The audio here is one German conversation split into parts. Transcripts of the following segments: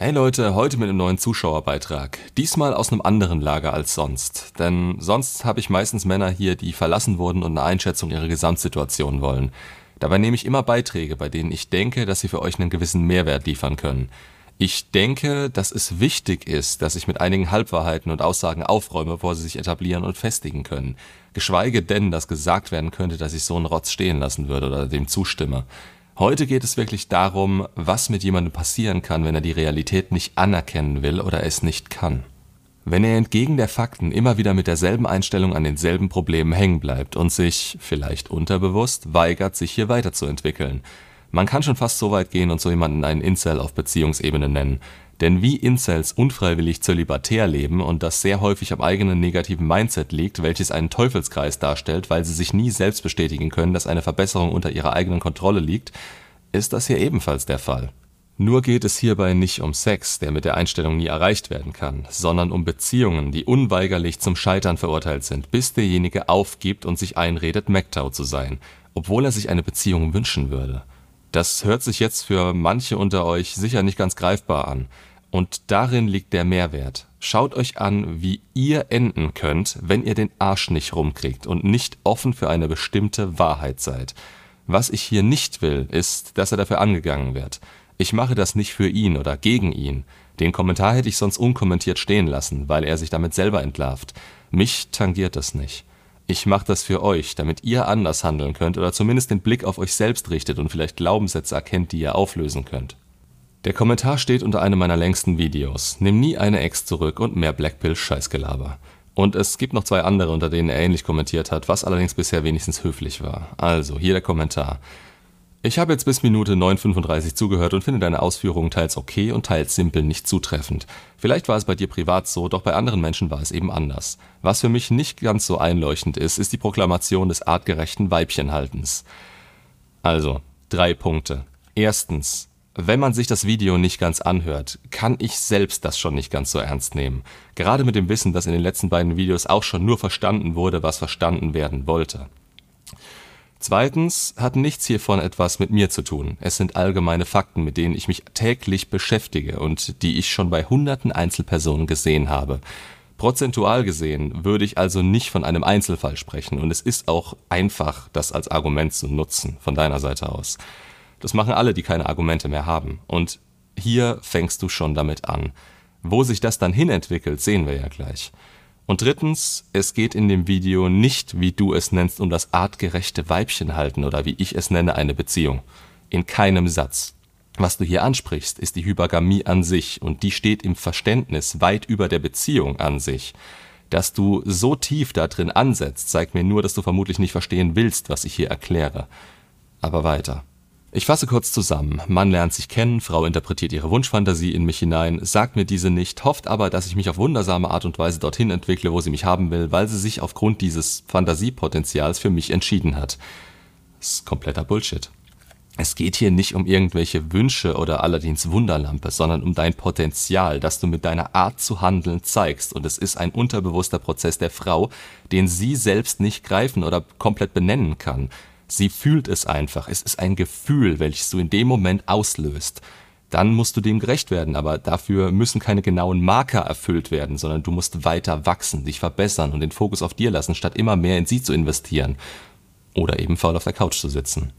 Hey Leute, heute mit einem neuen Zuschauerbeitrag. Diesmal aus einem anderen Lager als sonst. Denn sonst habe ich meistens Männer hier, die verlassen wurden und eine Einschätzung ihrer Gesamtsituation wollen. Dabei nehme ich immer Beiträge, bei denen ich denke, dass sie für euch einen gewissen Mehrwert liefern können. Ich denke, dass es wichtig ist, dass ich mit einigen Halbwahrheiten und Aussagen aufräume, bevor sie sich etablieren und festigen können. Geschweige denn, dass gesagt werden könnte, dass ich so einen Rotz stehen lassen würde oder dem zustimme. Heute geht es wirklich darum, was mit jemandem passieren kann, wenn er die Realität nicht anerkennen will oder es nicht kann. Wenn er entgegen der Fakten immer wieder mit derselben Einstellung an denselben Problemen hängen bleibt und sich, vielleicht unterbewusst, weigert, sich hier weiterzuentwickeln. Man kann schon fast so weit gehen und so jemanden einen Incel auf Beziehungsebene nennen. Denn wie Incels unfreiwillig zölibatär leben und das sehr häufig am eigenen negativen Mindset liegt, welches einen Teufelskreis darstellt, weil sie sich nie selbst bestätigen können, dass eine Verbesserung unter ihrer eigenen Kontrolle liegt, ist das hier ebenfalls der Fall. Nur geht es hierbei nicht um Sex, der mit der Einstellung nie erreicht werden kann, sondern um Beziehungen, die unweigerlich zum Scheitern verurteilt sind, bis derjenige aufgibt und sich einredet, MGTOW zu sein, obwohl er sich eine Beziehung wünschen würde. Das hört sich jetzt für manche unter euch sicher nicht ganz greifbar an. Und darin liegt der Mehrwert. Schaut euch an, wie ihr enden könnt, wenn ihr den Arsch nicht rumkriegt und nicht offen für eine bestimmte Wahrheit seid. Was ich hier nicht will, ist, dass er dafür angegangen wird. Ich mache das nicht für ihn oder gegen ihn. Den Kommentar hätte ich sonst unkommentiert stehen lassen, weil er sich damit selber entlarvt. Mich tangiert das nicht. Ich mache das für euch, damit ihr anders handeln könnt oder zumindest den Blick auf euch selbst richtet und vielleicht Glaubenssätze erkennt, die ihr auflösen könnt. Der Kommentar steht unter einem meiner längsten Videos. Nimm nie eine Ex zurück und mehr Blackpill-Scheißgelaber. Und es gibt noch 2 andere, unter denen er ähnlich kommentiert hat, was allerdings bisher wenigstens höflich war. Also, hier der Kommentar. Ich habe jetzt bis Minute 9:35 zugehört und finde deine Ausführungen teils okay und teils simpel nicht zutreffend. Vielleicht war es bei dir privat so, doch bei anderen Menschen war es eben anders. Was für mich nicht ganz so einleuchtend ist, ist die Proklamation des artgerechten Weibchenhaltens. Also, 3 Punkte. Erstens. Wenn man sich das Video nicht ganz anhört, kann ich selbst das schon nicht ganz so ernst nehmen. Gerade mit dem Wissen, dass in den letzten beiden Videos auch schon nur verstanden wurde, was verstanden werden wollte. Zweitens hat nichts hiervon etwas mit mir zu tun. Es sind allgemeine Fakten, mit denen ich mich täglich beschäftige und die ich schon bei hunderten Einzelpersonen gesehen habe. Prozentual gesehen würde ich also nicht von einem Einzelfall sprechen und es ist auch einfach, das als Argument zu nutzen, von deiner Seite aus. Das machen alle, die keine Argumente mehr haben. Und hier fängst du schon damit an. Wo sich das dann hinentwickelt, sehen wir ja gleich. Und drittens, es geht in dem Video nicht, wie du es nennst, um das artgerechte Weibchenhalten oder wie ich es nenne, eine Beziehung. In keinem Satz. Was du hier ansprichst, ist die Hypergamie an sich und die steht im Verständnis weit über der Beziehung an sich. Dass du so tief da drin ansetzt, zeigt mir nur, dass du vermutlich nicht verstehen willst, was ich hier erkläre. Aber weiter. Ich fasse kurz zusammen. Mann lernt sich kennen, Frau interpretiert ihre Wunschfantasie in mich hinein, sagt mir diese nicht, hofft aber, dass ich mich auf wundersame Art und Weise dorthin entwickle, wo sie mich haben will, weil sie sich aufgrund dieses Fantasiepotenzials für mich entschieden hat. Das ist kompletter Bullshit. Es geht hier nicht um irgendwelche Wünsche oder Aladins Wunderlampe, sondern um dein Potenzial, das du mit deiner Art zu handeln zeigst. Und es ist ein unterbewusster Prozess der Frau, den sie selbst nicht greifen oder komplett benennen kann. Sie fühlt es einfach. Es ist ein Gefühl, welches du in dem Moment auslöst. Dann musst du dem gerecht werden, aber dafür müssen keine genauen Marker erfüllt werden, sondern du musst weiter wachsen, dich verbessern und den Fokus auf dir lassen, statt immer mehr in sie zu investieren. Oder eben faul auf der Couch zu sitzen.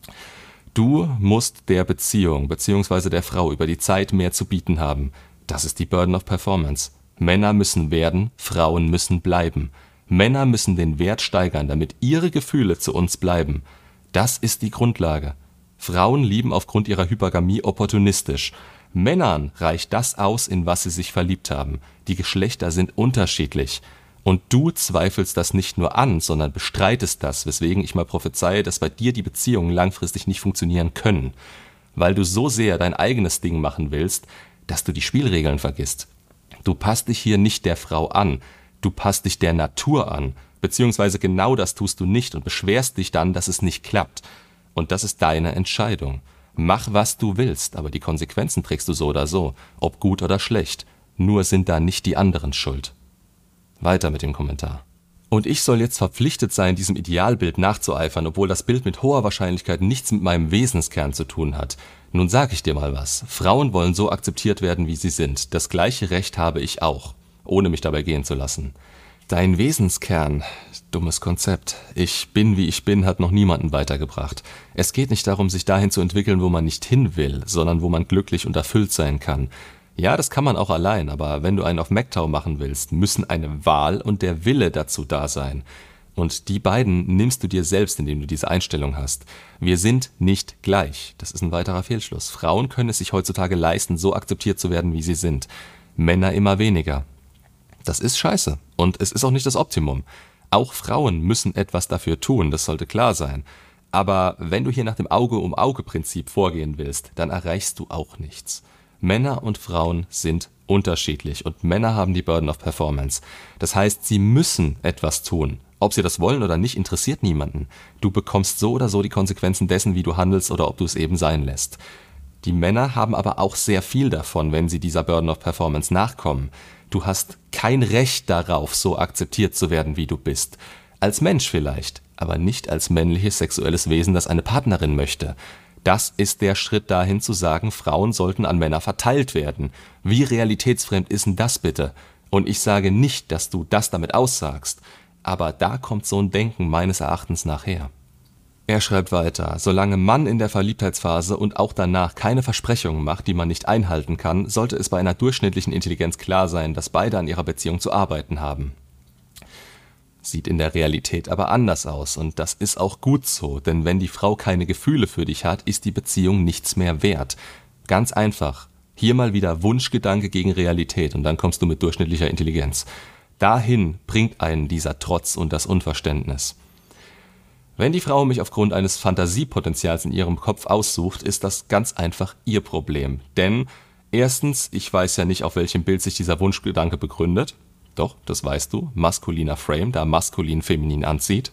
Du musst der Beziehung bzw. der Frau über die Zeit mehr zu bieten haben. Das ist die Burden of Performance. Männer müssen werden, Frauen müssen bleiben. Männer müssen den Wert steigern, damit ihre Gefühle zu uns bleiben. Das ist die Grundlage. Frauen lieben aufgrund ihrer Hypergamie opportunistisch. Männern reicht das aus, in was sie sich verliebt haben. Die Geschlechter sind unterschiedlich. Und du zweifelst das nicht nur an, sondern bestreitest das, weswegen ich mal prophezeie, dass bei dir die Beziehungen langfristig nicht funktionieren können. Weil du so sehr dein eigenes Ding machen willst, dass du die Spielregeln vergisst. Du passt dich hier nicht der Frau an. Du passt dich der Natur an, beziehungsweise genau das tust du nicht und beschwerst dich dann, dass es nicht klappt. Und das ist deine Entscheidung. Mach, was du willst, aber die Konsequenzen trägst du so oder so, ob gut oder schlecht. Nur sind da nicht die anderen schuld. Weiter mit dem Kommentar. Und ich soll jetzt verpflichtet sein, diesem Idealbild nachzueifern, obwohl das Bild mit hoher Wahrscheinlichkeit nichts mit meinem Wesenskern zu tun hat. Nun sag ich dir mal was. Frauen wollen so akzeptiert werden, wie sie sind. Das gleiche Recht habe ich auch, ohne mich dabei gehen zu lassen. Dein Wesenskern, dummes Konzept. Ich bin, wie ich bin, hat noch niemanden weitergebracht. Es geht nicht darum, sich dahin zu entwickeln, wo man nicht hin will, sondern wo man glücklich und erfüllt sein kann. Ja, das kann man auch allein, aber wenn du einen auf MGTOW machen willst, müssen eine Wahl und der Wille dazu da sein. Und die beiden nimmst du dir selbst, indem du diese Einstellung hast. Wir sind nicht gleich. Das ist ein weiterer Fehlschluss. Frauen können es sich heutzutage leisten, so akzeptiert zu werden, wie sie sind. Männer immer weniger. Das ist scheiße. Und es ist auch nicht das Optimum. Auch Frauen müssen etwas dafür tun, das sollte klar sein. Aber wenn du hier nach dem Auge-um-Auge-Prinzip vorgehen willst, dann erreichst du auch nichts. Männer und Frauen sind unterschiedlich und Männer haben die Burden of Performance. Das heißt, sie müssen etwas tun. Ob sie das wollen oder nicht, interessiert niemanden. Du bekommst so oder so die Konsequenzen dessen, wie du handelst oder ob du es eben sein lässt. Die Männer haben aber auch sehr viel davon, wenn sie dieser Burden of Performance nachkommen. Du hast kein Recht darauf, so akzeptiert zu werden, wie du bist. Als Mensch vielleicht, aber nicht als männliches sexuelles Wesen, das eine Partnerin möchte. Das ist der Schritt dahin zu sagen, Frauen sollten an Männer verteilt werden. Wie realitätsfremd ist denn das bitte? Und ich sage nicht, dass du das damit aussagst, aber da kommt so ein Denken meines Erachtens nachher. Er schreibt weiter, solange Mann in der Verliebtheitsphase und auch danach keine Versprechungen macht, die man nicht einhalten kann, sollte es bei einer durchschnittlichen Intelligenz klar sein, dass beide an ihrer Beziehung zu arbeiten haben. Sieht in der Realität aber anders aus und das ist auch gut so, denn wenn die Frau keine Gefühle für dich hat, ist die Beziehung nichts mehr wert. Ganz einfach. Hier mal wieder Wunschgedanke gegen Realität und dann kommst du mit durchschnittlicher Intelligenz. Dahin bringt einen dieser Trotz und das Unverständnis. Wenn die Frau mich aufgrund eines Fantasiepotenzials in ihrem Kopf aussucht, ist das ganz einfach ihr Problem. Denn erstens, ich weiß ja nicht, auf welchem Bild sich dieser Wunschgedanke begründet. Doch, das weißt du, maskuliner Frame, da maskulin feminin anzieht.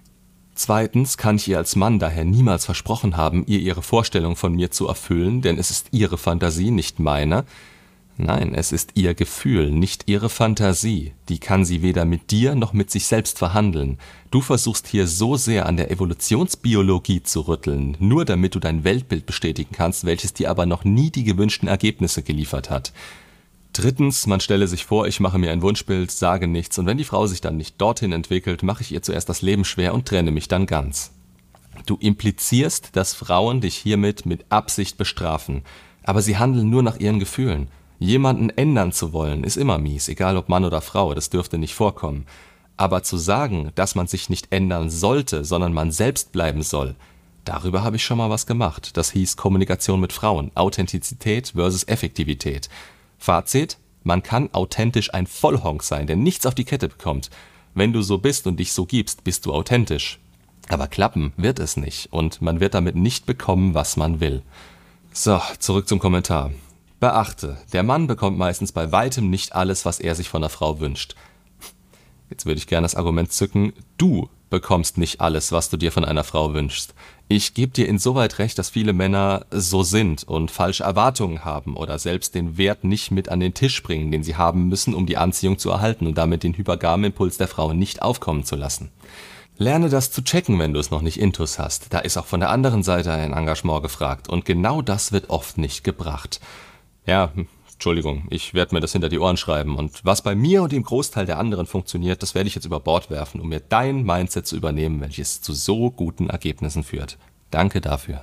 Zweitens kann ich ihr als Mann daher niemals versprochen haben, ihr ihre Vorstellung von mir zu erfüllen, denn es ist ihre Fantasie, nicht meine. Nein, es ist ihr Gefühl, nicht ihre Fantasie. Die kann sie weder mit dir noch mit sich selbst verhandeln. Du versuchst hier so sehr an der Evolutionsbiologie zu rütteln, nur damit du dein Weltbild bestätigen kannst, welches dir aber noch nie die gewünschten Ergebnisse geliefert hat. Drittens, man stelle sich vor, ich mache mir ein Wunschbild, sage nichts und wenn die Frau sich dann nicht dorthin entwickelt, mache ich ihr zuerst das Leben schwer und trenne mich dann ganz. Du implizierst, dass Frauen dich hiermit mit Absicht bestrafen, aber sie handeln nur nach ihren Gefühlen. Jemanden ändern zu wollen, ist immer mies, egal ob Mann oder Frau, das dürfte nicht vorkommen. Aber zu sagen, dass man sich nicht ändern sollte, sondern man selbst bleiben soll, darüber habe ich schon mal was gemacht. Das hieß Kommunikation mit Frauen, Authentizität versus Effektivität. Fazit, man kann authentisch ein Vollhonk sein, der nichts auf die Kette bekommt. Wenn du so bist und dich so gibst, bist du authentisch. Aber klappen wird es nicht und man wird damit nicht bekommen, was man will. So, zurück zum Kommentar. Beachte, der Mann bekommt meistens bei weitem nicht alles, was er sich von der Frau wünscht. Jetzt würde ich gerne das Argument zücken, du bekommst nicht alles, was du dir von einer Frau wünschst. Ich gebe dir insoweit recht, dass viele Männer so sind und falsche Erwartungen haben oder selbst den Wert nicht mit an den Tisch bringen, den sie haben müssen, um die Anziehung zu erhalten und damit den hypergamen Impuls der Frau nicht aufkommen zu lassen. Lerne das zu checken, wenn du es noch nicht intus hast. Da ist auch von der anderen Seite ein Engagement gefragt und genau das wird oft nicht gebracht. Ja, Entschuldigung, ich werde mir das hinter die Ohren schreiben und was bei mir und dem Großteil der anderen funktioniert, das werde ich jetzt über Bord werfen, um mir dein Mindset zu übernehmen, welches zu so guten Ergebnissen führt. Danke dafür.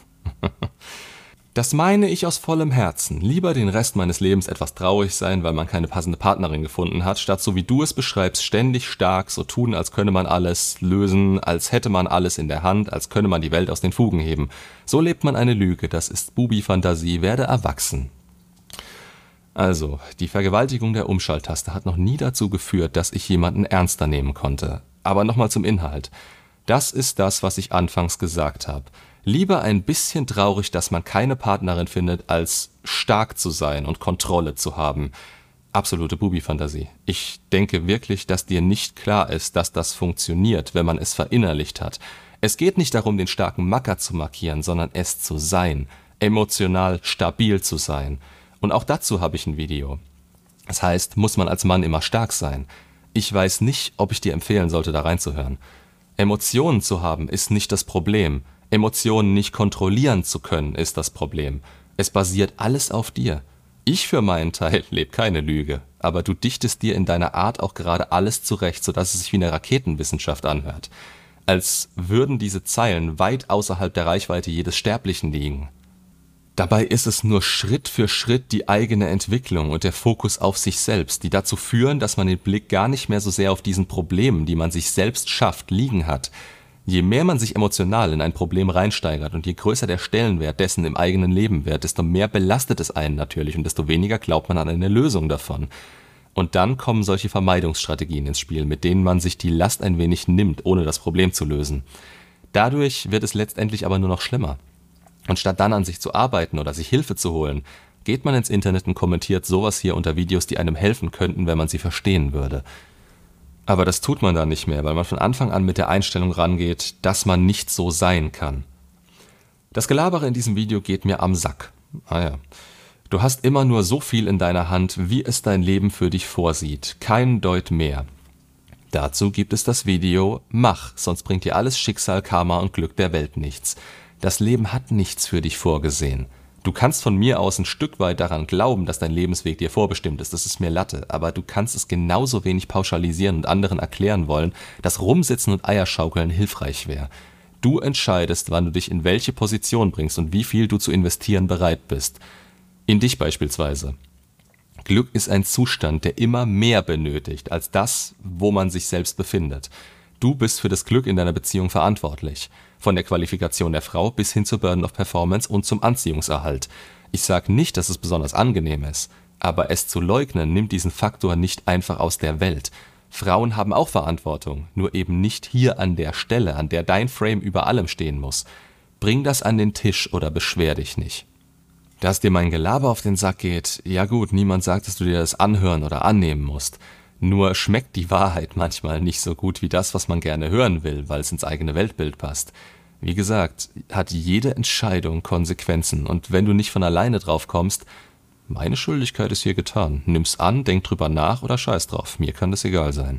Das meine ich aus vollem Herzen. Lieber den Rest meines Lebens etwas traurig sein, weil man keine passende Partnerin gefunden hat, statt so wie du es beschreibst, ständig stark, so tun, als könne man alles lösen, als hätte man alles in der Hand, als könne man die Welt aus den Fugen heben. So lebt man eine Lüge, das ist Bubi-Fantasie, werde erwachsen. Also, die Vergewaltigung der Umschalttaste hat noch nie dazu geführt, dass ich jemanden ernster nehmen konnte. Aber nochmal zum Inhalt. Das ist das, was ich anfangs gesagt habe. Lieber ein bisschen traurig, dass man keine Partnerin findet, als stark zu sein und Kontrolle zu haben. Absolute Bubi-Fantasie. Ich denke wirklich, dass dir nicht klar ist, dass das funktioniert, wenn man es verinnerlicht hat. Es geht nicht darum, den starken Macker zu markieren, sondern es zu sein. Emotional stabil zu sein. Und auch dazu habe ich ein Video. Das heißt, muss man als Mann immer stark sein? Ich weiß nicht, ob ich dir empfehlen sollte, da reinzuhören. Emotionen zu haben ist nicht das Problem. Emotionen nicht kontrollieren zu können, ist das Problem. Es basiert alles auf dir. Ich für meinen Teil lebe keine Lüge, aber du dichtest dir in deiner Art auch gerade alles zurecht, sodass es sich wie eine Raketenwissenschaft anhört. Als würden diese Zeilen weit außerhalb der Reichweite jedes Sterblichen liegen. Dabei ist es nur Schritt für Schritt die eigene Entwicklung und der Fokus auf sich selbst, die dazu führen, dass man den Blick gar nicht mehr so sehr auf diesen Problemen, die man sich selbst schafft, liegen hat. Je mehr man sich emotional in ein Problem reinsteigert und je größer der Stellenwert dessen im eigenen Leben wird, desto mehr belastet es einen natürlich und desto weniger glaubt man an eine Lösung davon. Und dann kommen solche Vermeidungsstrategien ins Spiel, mit denen man sich die Last ein wenig nimmt, ohne das Problem zu lösen. Dadurch wird es letztendlich aber nur noch schlimmer. Und statt dann an sich zu arbeiten oder sich Hilfe zu holen, geht man ins Internet und kommentiert sowas hier unter Videos, die einem helfen könnten, wenn man sie verstehen würde. Aber das tut man dann nicht mehr, weil man von Anfang an mit der Einstellung rangeht, dass man nicht so sein kann. Das Gelabere in diesem Video geht mir am Sack. Du hast immer nur so viel in deiner Hand, wie es dein Leben für dich vorsieht. Kein Deut mehr. Dazu gibt es das Video Mach, sonst bringt dir alles Schicksal, Karma und Glück der Welt nichts. Das Leben hat nichts für dich vorgesehen. Du kannst von mir aus ein Stück weit daran glauben, dass dein Lebensweg dir vorbestimmt ist, das ist mir Latte, aber du kannst es genauso wenig pauschalisieren und anderen erklären wollen, dass Rumsitzen und Eierschaukeln hilfreich wäre. Du entscheidest, wann du dich in welche Position bringst und wie viel du zu investieren bereit bist. In dich beispielsweise. Glück ist ein Zustand, der immer mehr benötigt als das, wo man sich selbst befindet. Du bist für das Glück in deiner Beziehung verantwortlich. Von der Qualifikation der Frau bis hin zur Burden of Performance und zum Anziehungserhalt. Ich sage nicht, dass es besonders angenehm ist, aber es zu leugnen, nimmt diesen Faktor nicht einfach aus der Welt. Frauen haben auch Verantwortung, nur eben nicht hier an der Stelle, an der dein Frame über allem stehen muss. Bring das an den Tisch oder beschwer dich nicht. Dass dir mein Gelaber auf den Sack geht, ja gut, niemand sagt, dass du dir das anhören oder annehmen musst. Nur schmeckt die Wahrheit manchmal nicht so gut wie das, was man gerne hören will, weil es ins eigene Weltbild passt. Wie gesagt, hat jede Entscheidung Konsequenzen und wenn du nicht von alleine drauf kommst, meine Schuldigkeit ist hier getan. Nimm's an, denk drüber nach oder scheiß drauf, mir kann das egal sein.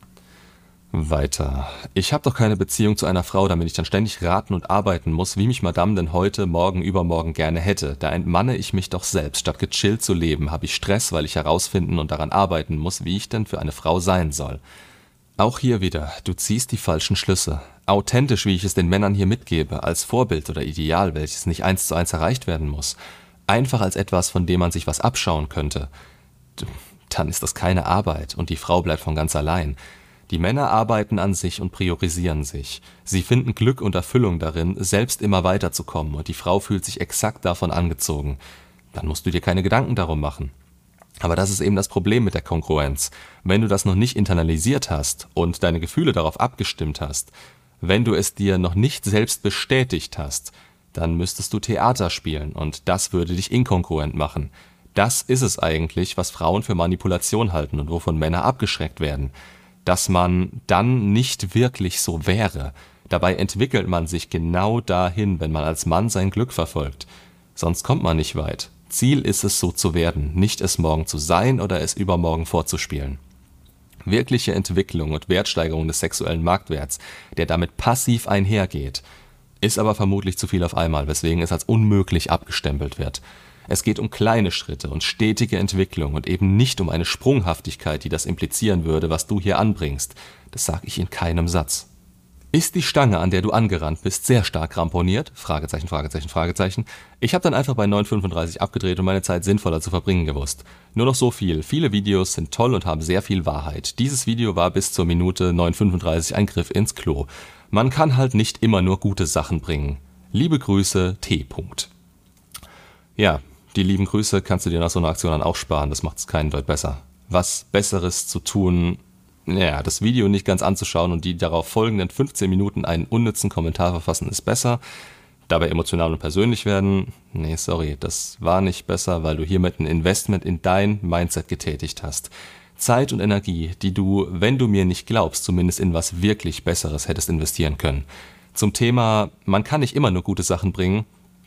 Weiter. Ich habe doch keine Beziehung zu einer Frau, damit ich dann ständig raten und arbeiten muss, wie mich Madame denn heute, morgen, übermorgen gerne hätte. Da entmanne ich mich doch selbst. Statt gechillt zu leben, habe ich Stress, weil ich herausfinden und daran arbeiten muss, wie ich denn für eine Frau sein soll. Auch hier wieder, du ziehst die falschen Schlüsse. Authentisch, wie ich es den Männern hier mitgebe, als Vorbild oder Ideal, welches nicht 1:1 erreicht werden muss. Einfach als etwas, von dem man sich was abschauen könnte. Dann ist das keine Arbeit und die Frau bleibt von ganz allein. Die Männer arbeiten an sich und priorisieren sich. Sie finden Glück und Erfüllung darin, selbst immer weiterzukommen und die Frau fühlt sich exakt davon angezogen. Dann musst du dir keine Gedanken darum machen. Aber das ist eben das Problem mit der Kongruenz. Wenn du das noch nicht internalisiert hast und deine Gefühle darauf abgestimmt hast, wenn du es dir noch nicht selbst bestätigt hast, dann müsstest du Theater spielen und das würde dich inkongruent machen. Das ist es eigentlich, was Frauen für Manipulation halten und wovon Männer abgeschreckt werden. Dass man dann nicht wirklich so wäre. Dabei entwickelt man sich genau dahin, wenn man als Mann sein Glück verfolgt. Sonst kommt man nicht weit. Ziel ist es, so zu werden, nicht es morgen zu sein oder es übermorgen vorzuspielen. Wirkliche Entwicklung und Wertsteigerung des sexuellen Marktwerts, der damit passiv einhergeht, ist aber vermutlich zu viel auf einmal, weswegen es als unmöglich abgestempelt wird. Es geht um kleine Schritte und stetige Entwicklung und eben nicht um eine Sprunghaftigkeit, die das implizieren würde, was du hier anbringst. Das sage ich in keinem Satz. Ist die Stange, an der du angerannt bist, sehr stark ramponiert? Fragezeichen, Fragezeichen, Fragezeichen. Ich habe dann einfach bei 9:35 abgedreht und meine Zeit sinnvoller zu verbringen gewusst. Nur noch so viel. Viele Videos sind toll und haben sehr viel Wahrheit. Dieses Video war bis zur Minute 9:35 ein Griff ins Klo. Man kann halt nicht immer nur gute Sachen bringen. Liebe Grüße, T. Ja, die lieben Grüße kannst du dir nach so einer Aktion dann auch sparen, das macht es keinen Deut besser. Was Besseres zu tun, ja, das Video nicht ganz anzuschauen und die darauf folgenden 15 Minuten einen unnützen Kommentar verfassen, ist besser. Dabei emotional und persönlich werden, nee, sorry, das war nicht besser, weil du hiermit ein Investment in dein Mindset getätigt hast. Zeit und Energie, die du, wenn du mir nicht glaubst, zumindest in was wirklich Besseres hättest investieren können. Zum Thema, man kann nicht immer nur gute Sachen bringen,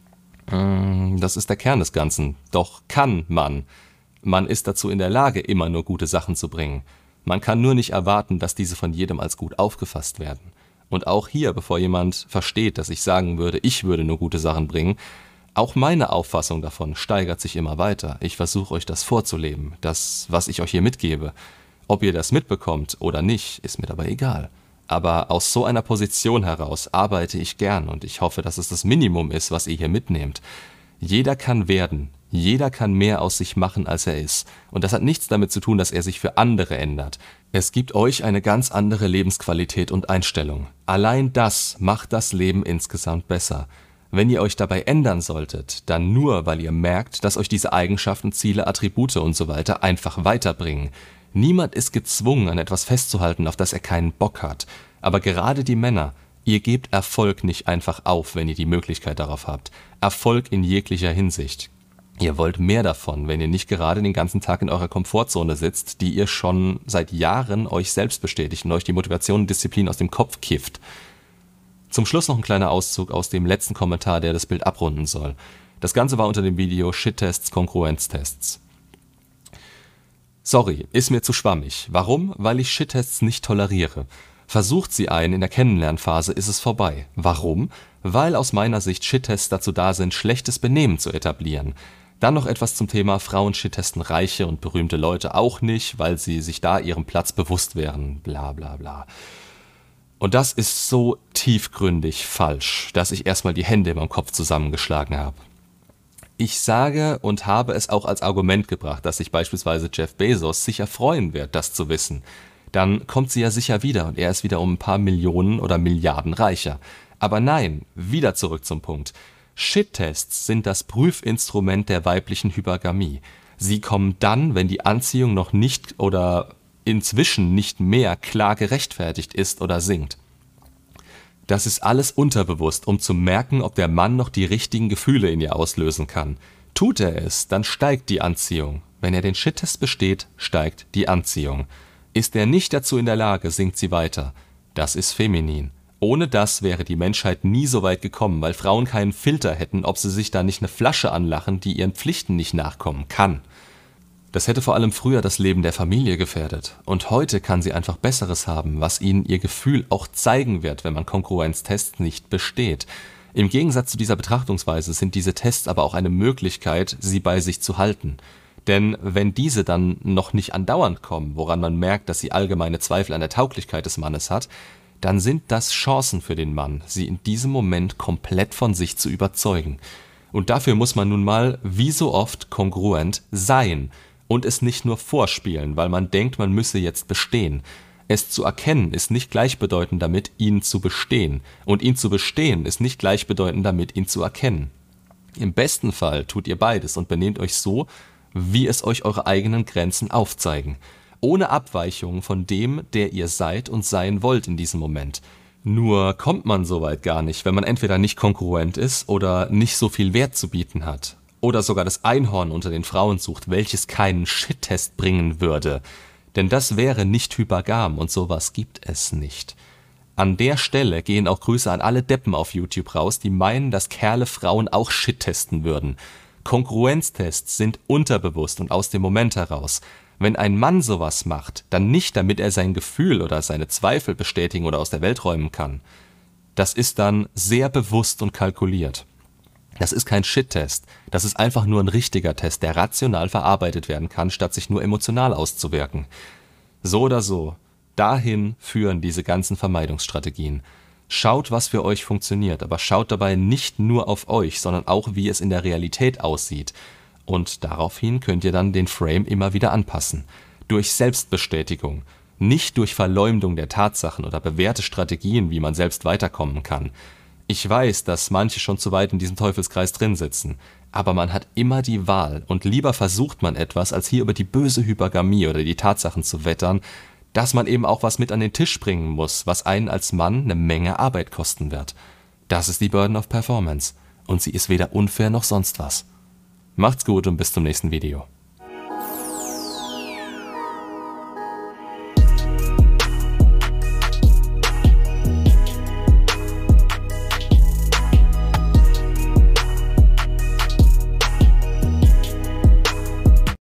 das ist der Kern des Ganzen. Doch kann man. Man ist dazu in der Lage, immer nur gute Sachen zu bringen. Man kann nur nicht erwarten, dass diese von jedem als gut aufgefasst werden. Und auch hier, bevor jemand versteht, dass ich sagen würde, ich würde nur gute Sachen bringen, auch meine Auffassung davon steigert sich immer weiter. Ich versuche euch das vorzuleben, das, was ich euch hier mitgebe. Ob ihr das mitbekommt oder nicht, ist mir dabei egal. Aber aus so einer Position heraus arbeite ich gern und ich hoffe, dass es das Minimum ist, was ihr hier mitnehmt. Jeder kann werden, jeder kann mehr aus sich machen, als er ist. Und das hat nichts damit zu tun, dass er sich für andere ändert. Es gibt euch eine ganz andere Lebensqualität und Einstellung. Allein das macht das Leben insgesamt besser. Wenn ihr euch dabei ändern solltet, dann nur, weil ihr merkt, dass euch diese Eigenschaften, Ziele, Attribute und so weiter einfach weiterbringen. Niemand ist gezwungen, an etwas festzuhalten, auf das er keinen Bock hat. Aber gerade die Männer, ihr gebt Erfolg nicht einfach auf, wenn ihr die Möglichkeit darauf habt. Erfolg in jeglicher Hinsicht. Ihr wollt mehr davon, wenn ihr nicht gerade den ganzen Tag in eurer Komfortzone sitzt, die ihr schon seit Jahren euch selbst bestätigt und euch die Motivation und Disziplin aus dem Kopf kifft. Zum Schluss noch ein kleiner Auszug aus dem letzten Kommentar, der das Bild abrunden soll. Das Ganze war unter dem Video Shit-Tests, Kongruenztests. Sorry, ist mir zu schwammig. Warum? Weil ich Shit-Tests nicht toleriere. Versucht sie einen in der Kennenlernphase, ist es vorbei. Warum? Weil aus meiner Sicht Shit-Tests dazu da sind, schlechtes Benehmen zu etablieren. Dann noch etwas zum Thema Frauen shit-testen reiche und berühmte Leute auch nicht, weil sie sich da ihrem Platz bewusst wären. Bla bla bla. Und das ist so tiefgründig falsch, dass ich erstmal die Hände in meinem Kopf zusammengeschlagen habe. Ich sage und habe es auch als Argument gebracht, dass sich beispielsweise Jeff Bezos sicher freuen wird, das zu wissen. Dann kommt sie ja sicher wieder und er ist wieder um ein paar Millionen oder Milliarden reicher. Aber nein, wieder zurück zum Punkt. Shit-Tests sind das Prüfinstrument der weiblichen Hypergamie. Sie kommen dann, wenn die Anziehung noch nicht oder inzwischen nicht mehr klar gerechtfertigt ist oder sinkt. Das ist alles unterbewusst, um zu merken, ob der Mann noch die richtigen Gefühle in ihr auslösen kann. Tut er es, dann steigt die Anziehung. Wenn er den Shit-Test besteht, steigt die Anziehung. Ist er nicht dazu in der Lage, sinkt sie weiter. Das ist feminin. Ohne das wäre die Menschheit nie so weit gekommen, weil Frauen keinen Filter hätten, ob sie sich da nicht eine Flasche anlachen, die ihren Pflichten nicht nachkommen kann. Das hätte vor allem früher das Leben der Familie gefährdet. Und heute kann sie einfach Besseres haben, was ihnen ihr Gefühl auch zeigen wird, wenn man Kongruenztests nicht besteht. Im Gegensatz zu dieser Betrachtungsweise sind diese Tests aber auch eine Möglichkeit, sie bei sich zu halten. Denn wenn diese dann noch nicht andauernd kommen, woran man merkt, dass sie allgemeine Zweifel an der Tauglichkeit des Mannes hat, dann sind das Chancen für den Mann, sie in diesem Moment komplett von sich zu überzeugen. Und dafür muss man nun mal, wie so oft, kongruent sein und es nicht nur vorspielen, weil man denkt, man müsse jetzt bestehen. Es zu erkennen ist nicht gleichbedeutend damit, ihn zu bestehen. Und ihn zu bestehen ist nicht gleichbedeutend damit, ihn zu erkennen. Im besten Fall tut ihr beides und benehmt euch so, wie es euch eure eigenen Grenzen aufzeigen. Ohne Abweichungen von dem, der ihr seid und sein wollt in diesem Moment. Nur kommt man so weit gar nicht, wenn man entweder nicht kongruent ist oder nicht so viel Wert zu bieten hat. Oder sogar das Einhorn unter den Frauen sucht, welches keinen Shit-Test bringen würde. Denn das wäre nicht hypergam und sowas gibt es nicht. An der Stelle gehen auch Grüße an alle Deppen auf YouTube raus, die meinen, dass Kerle Frauen auch Shit testen würden. Kongruenztests sind unterbewusst und aus dem Moment heraus. Wenn ein Mann sowas macht, dann nicht, damit er sein Gefühl oder seine Zweifel bestätigen oder aus der Welt räumen kann. Das ist dann sehr bewusst und kalkuliert. Das ist kein Shit-Test, das ist einfach nur ein richtiger Test, der rational verarbeitet werden kann, statt sich nur emotional auszuwirken. So oder so, dahin führen diese ganzen Vermeidungsstrategien. Schaut, was für euch funktioniert, aber schaut dabei nicht nur auf euch, sondern auch, wie es in der Realität aussieht. Und daraufhin könnt ihr dann den Frame immer wieder anpassen. Durch Selbstbestätigung, nicht durch Verleumdung der Tatsachen oder bewährte Strategien, wie man selbst weiterkommen kann. Ich weiß, dass manche schon zu weit in diesem Teufelskreis drin sitzen, aber man hat immer die Wahl und lieber versucht man etwas, als hier über die böse Hypergamie oder die Tatsachen zu wettern, dass man eben auch was mit an den Tisch bringen muss, was einen als Mann eine Menge Arbeit kosten wird. Das ist die Burden of Performance und sie ist weder unfair noch sonst was. Macht's gut und bis zum nächsten Video.